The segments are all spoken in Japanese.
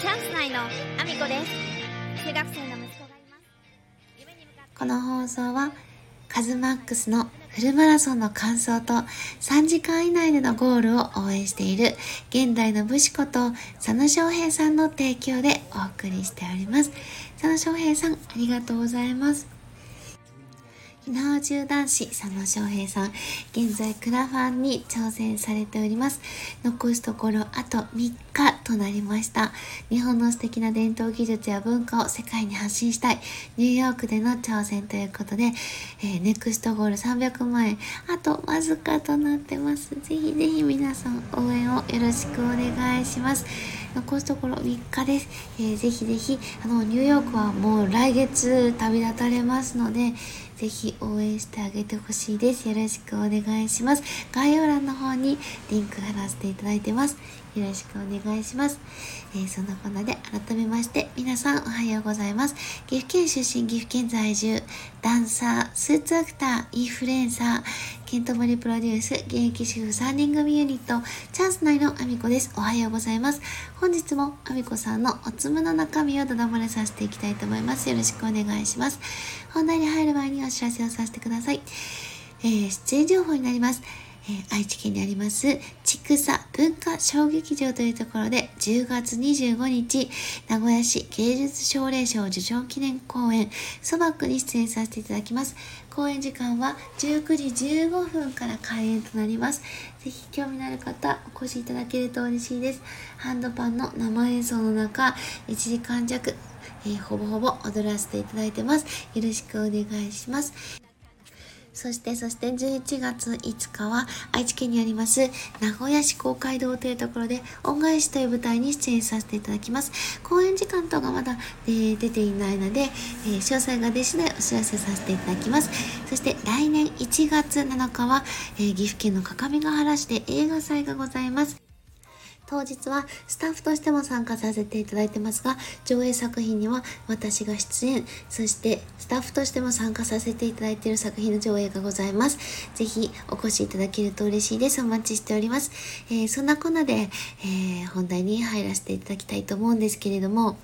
チャンス内のアミコです。中学生の息子がいます。 この放送はカズマックスのフルマラソンの完走と3時間以内でのゴールを応援している現代の武士こと佐野翔平さんの提供でお送りしております。佐野翔平さん、ありがとうございます。火縄銃男子佐野翔平さん、現在クラファンに挑戦されております。残すところあと3日となりました。日本の素敵な伝統技術や文化を世界に発信したいニューヨークでの挑戦ということで、ネクストゴール300万円あとわずかとなってます。ぜひぜひ皆さん応援をよろしくお願いします。残すところ3日です。ぜひぜひニューヨークはもう来月旅立たれますので、ぜひ応援してあげてほしいです。よろしくお願いします。概要欄の方にリンク貼らせていただいてます。よろしくお願いします。そんなこんなで改めまして皆さんおはようございます。岐阜県出身、岐阜県在住、ダンサー、スーツアクター、インフルエンサー、ケントモリプロデュース、現役主婦3人組ユニット、チャンス内のアミコです。おはようございます。本日もアミコさんのおつむの中身をだだ漏れさせていきたいと思います。よろしくお願いします。本題に入る前にお知らせをさせてください。出演情報になります。愛知県にあります千草文化小劇場というところで10月25日名古屋市芸術奨励賞受賞記念公演そばくに出演させていただきます。公演時間は19時15分から開演となります。ぜひ興味のある方お越しいただけると嬉しいです。ハンドパンの生演奏の中1時間弱、ほぼほぼ踊らせていただいてます。よろしくお願いします。そして11月5日は愛知県にあります名古屋市公会堂というところで恩返しという舞台に出演させていただきます。公演時間等がまだ、出ていないので、詳細が出次第お知らせさせていただきます。そして来年1月7日は、岐阜県の各務原市で映画祭がございます。当日はスタッフとしても参加させていただいてますが、上映作品には私が出演、そしてスタッフとしても参加させていただいている作品の上映がございます。ぜひお越しいただけると嬉しいです。お待ちしております。そんなこんなで、本題に入らせていただきたいと思うんですけれども、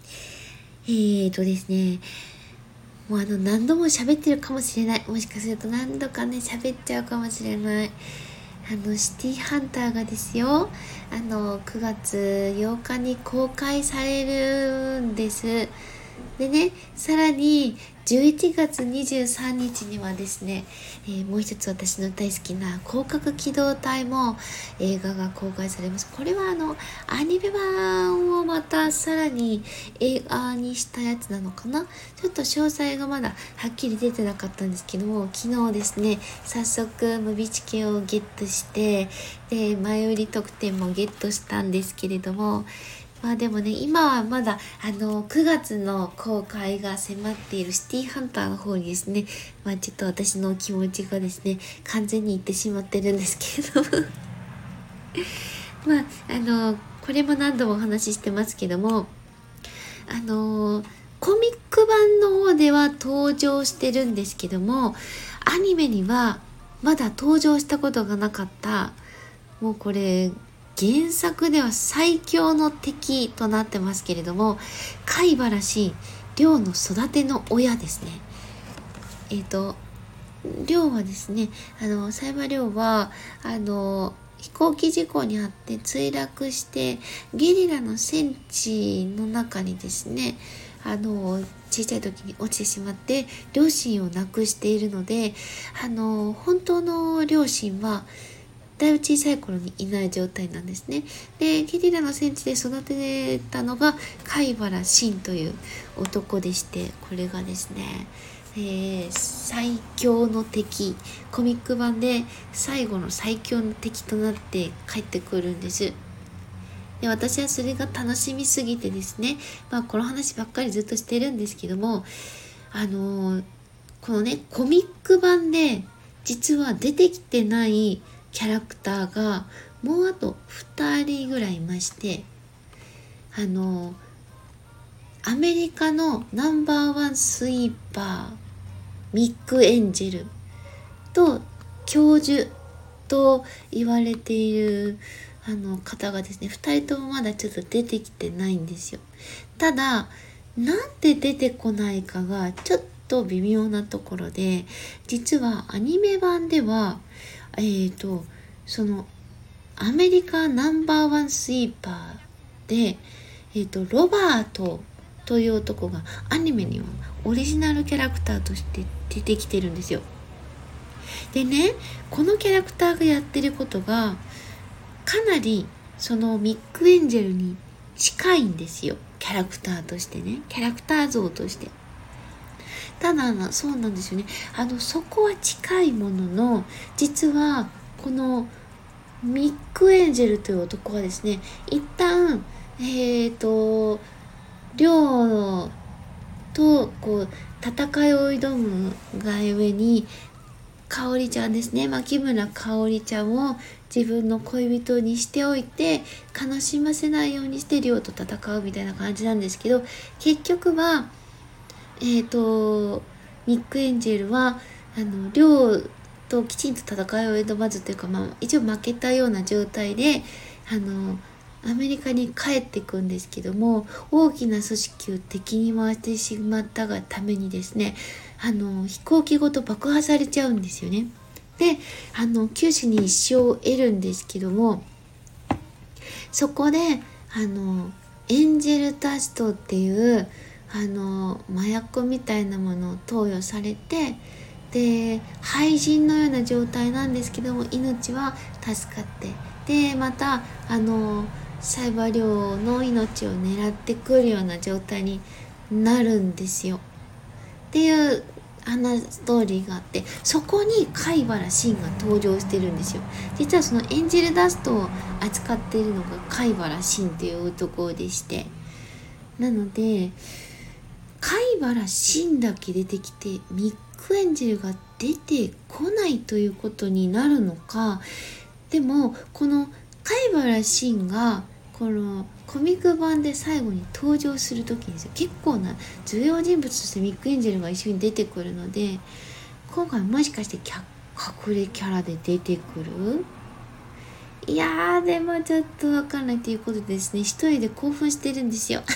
ですね、もう何度も喋ってるかもしれない。もしかすると何度かね喋っちゃうかもしれない。シティハンターがですよ、9月8日に公開されるんです。でね、さらに11月23日にはですね、もう一つ私の大好きな広角機動隊も映画が公開されます。これはアニメ版をまたさらに映画にしたやつなのかな。ちょっと詳細がまだはっきり出てなかったんですけども、昨日ですね、早速ムビチケをゲットして、で前売り特典もゲットしたんですけれども、でもね、今はまだ9月の公開が迫っているシティハンターの方にですね、ちょっと私の気持ちがですね完全にいってしまってるんですけれどもこれも何度もお話ししてますけども、コミック版の方では登場してるんですけども、アニメにはまだ登場したことがなかった、もうこれ原作では最強の敵となってますけれども、貝原慎、亮の育ての親ですね。亮はですね、冴羽亮は飛行機事故にあって墜落してゲリラの戦地の中にですね、小さい時に落ちてしまって両親を亡くしているので、本当の両親はだいぶ小さい頃にいない状態なんですね。で、ゲリラの戦地で育てたのが貝原慎という男でして、これがですね、最強の敵、コミック版で最後の最強の敵となって帰ってくるんです。で、私はそれが楽しみすぎてですね、この話ばっかりずっとしてるんですけども、このね、コミック版で実は出てきてないキャラクターがもうあと2人ぐらいいまして、アメリカのナンバーワンスイーパーミック・エンジェルと教授と言われている方がですね、2人ともまだちょっと出てきてないんですよ。ただなんで出てこないかがちょっと微妙なところで、実はアニメ版ではそのアメリカナンバーワンスイーパーで、ロバートという男がアニメにはオリジナルキャラクターとして出てきてるんですよ。でね、このキャラクターがやってることがかなりそのミックエンジェルに近いんですよ。キャラクターとしてね、キャラクター像として。ただそうなんですよね。そこは近いものの、実はこのミックエンジェルという男はですね、一旦亮とこう戦いを挑むがゆえに、かおりちゃんですね、牧村かおりちゃんを自分の恋人にしておいて、悲しませないようにして亮と戦うみたいな感じなんですけど、結局はミックエンジェルは亮ときちんと戦いを挑まずというか、一応負けたような状態でアメリカに帰っていくんですけども、大きな組織を敵に回してしまったがためにですね、飛行機ごと爆破されちゃうんですよね。で九死に一生を得るんですけども、そこでエンジェルダストっていう麻薬みたいなものを投与されて、で廃人のような状態なんですけども、命は助かって、でまたサイバー領の命を狙ってくるような状態になるんですよっていうストーリーがあって、そこに貝原慎が登場してるんですよ。実はそのエンジェルダストを扱っているのが貝原慎っていう男でして、なので貝原慎だけ出てきてミックエンジェルが出てこないということになるのか。でもこの貝原慎がこのコミック版で最後に登場するときに結構な重要人物としてミックエンジェルが一緒に出てくるので、今回もしかして隠れキャラで出てくる？いやーでもちょっとわかんないということでですね、一人で興奮してるんですよ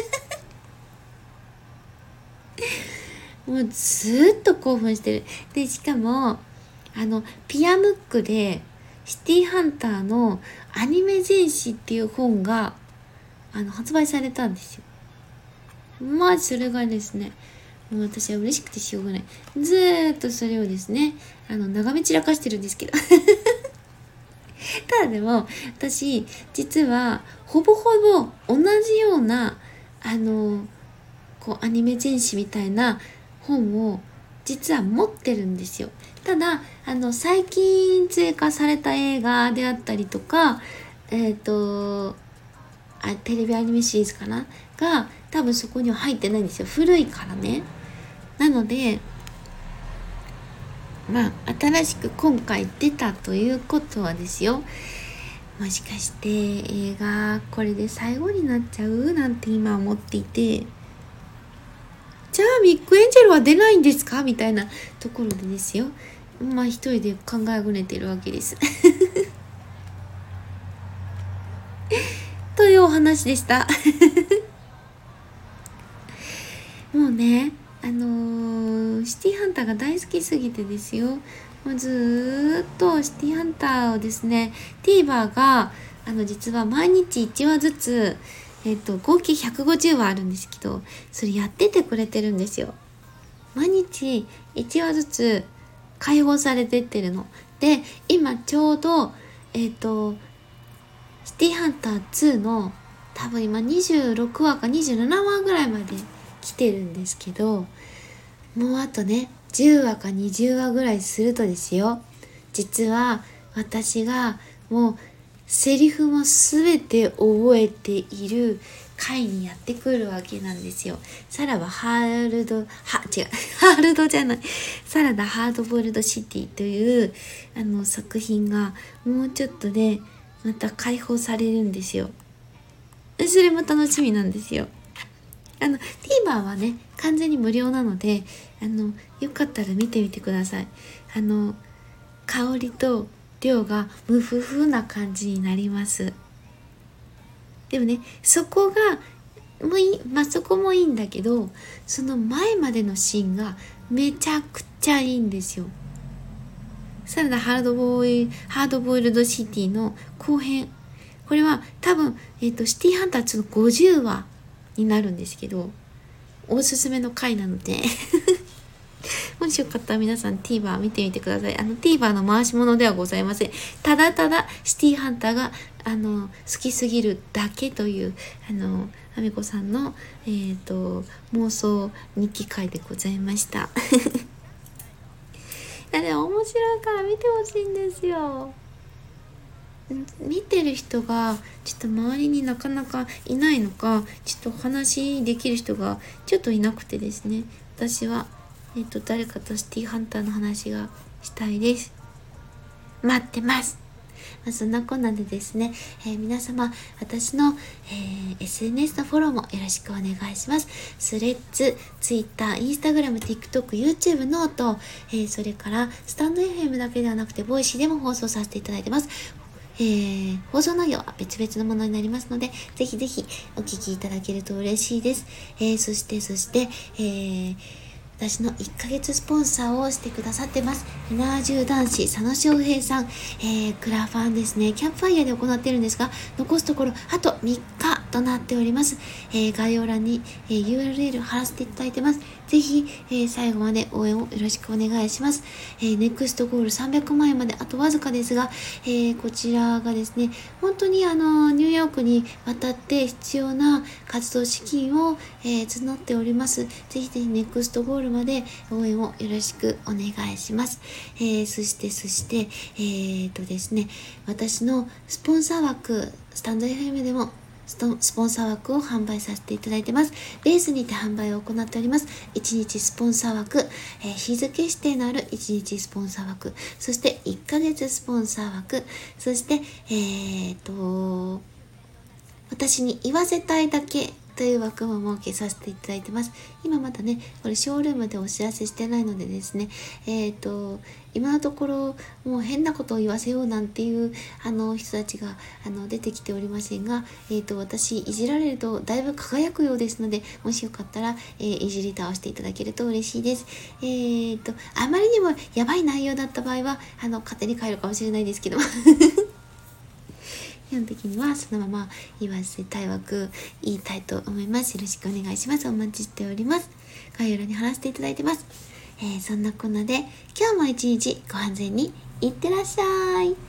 もうずっと興奮してる。でしかもピアムックでシティハンターのアニメ全史っていう本が発売されたんですよ。まあそれがですね、もう私は嬉しくてしょうがない。ずーっとそれをですね眺め散らかしてるんですけどただでも私実はほぼほぼ同じようなこうアニメ全史みたいな本を実は持ってるんですよ。ただ最近追加された映画であったりとかテレビアニメシリーズかなが多分そこには入ってないんですよ。古いからね。なので新しく今回出たということはですよ、もしかして映画これで最後になっちゃうなんて今思っていて、じゃあミックエンジェルは出ないんですかみたいなところでですよ、一人で考えぐねてるわけですというお話でしたもうねシティハンターが大好きすぎてですよ、もうずっとシティハンターをですね TVer が実は毎日1話ずつ合計150話あるんですけど、それやっててくれてるんですよ。毎日1話ずつ解放されてってるので、今ちょうどシティハンター2の多分今26話か27話ぐらいまで来てるんですけど、もうあとね10話か20話ぐらいするとですよ、実は私がもうセリフもすべて覚えている回にやってくるわけなんですよ。さらばハールドじゃない、サラダハードボイルドシティという作品がもうちょっとでまた解放されるんですよ。それも楽しみなんですよ。TVer はね完全に無料なのでよかったら見てみてください。香りと量が無夫婦な感じになります。でもね、そこがもいい、そこもいいんだけど、その前までのシーンがめちゃくちゃいいんですよ。さらにハードボイルドシティの後編、これは多分、シティハンター2の50話になるんですけど、おすすめの回なのでもしよかったら皆さん TVer 見てみてください。TVer の回し物ではございません。ただただシティハンターが好きすぎるだけというあみこさんの、妄想日記会でございましたあれ面白いから見てほしいんですよ。見てる人がちょっと周りになかなかいないのか、ちょっと話できる人がちょっといなくてですね、私は誰かとシティハンターの話がしたいです。待ってます。そんなこんなでですね、皆様私の、SNS のフォローもよろしくお願いします。スレッズ、Twitter、Instagram、TikTok、YouTube ノート、それからスタンド FM だけではなくてボイシーでも放送させていただいてます。放送内容は別々のものになりますので、ぜひぜひお聞きいただけると嬉しいです。そして、私の1ヶ月スポンサーをしてくださってます。ミナージュ男子佐野翔平さん、クラファンですね、キャンプファイヤーで行っているんですが、残すところあと3日となっております。概要欄に、URL 貼らせていただいてます。ぜひ、最後まで応援をよろしくお願いします。ネクストゴール300万円まであとわずかですが、こちらがですね、本当にニューヨークに渡って必要な活動資金を、募っております。ぜひぜひネクストゴールまで応援をよろしくお願いします。そしてですね、私のスポンサー枠、スタンド FM でもスポンサー枠を販売させていただいてます。レースにて販売を行っております。1日スポンサー枠、日付指定のある1日スポンサー枠、そして1ヶ月スポンサー枠、そして私に言わせたいだけという枠も設けさせていただいてます。今まだね、これショールームでお知らせしてないのでですね、今のところもう変なことを言わせようなんていう人たちが出てきておりませんが、私いじられるとだいぶ輝くようですので、もしよかったら、いじり倒していただけると嬉しいです。あまりにもやばい内容だった場合は勝手に変えるかもしれないですけど基本的にはそのまま言わせたい枠言いたいと思います。よろしくお願いします。お待ちしております。概要欄に貼らせていただいてます。そんなこんなで今日も一日ご安全にいってらっしゃい。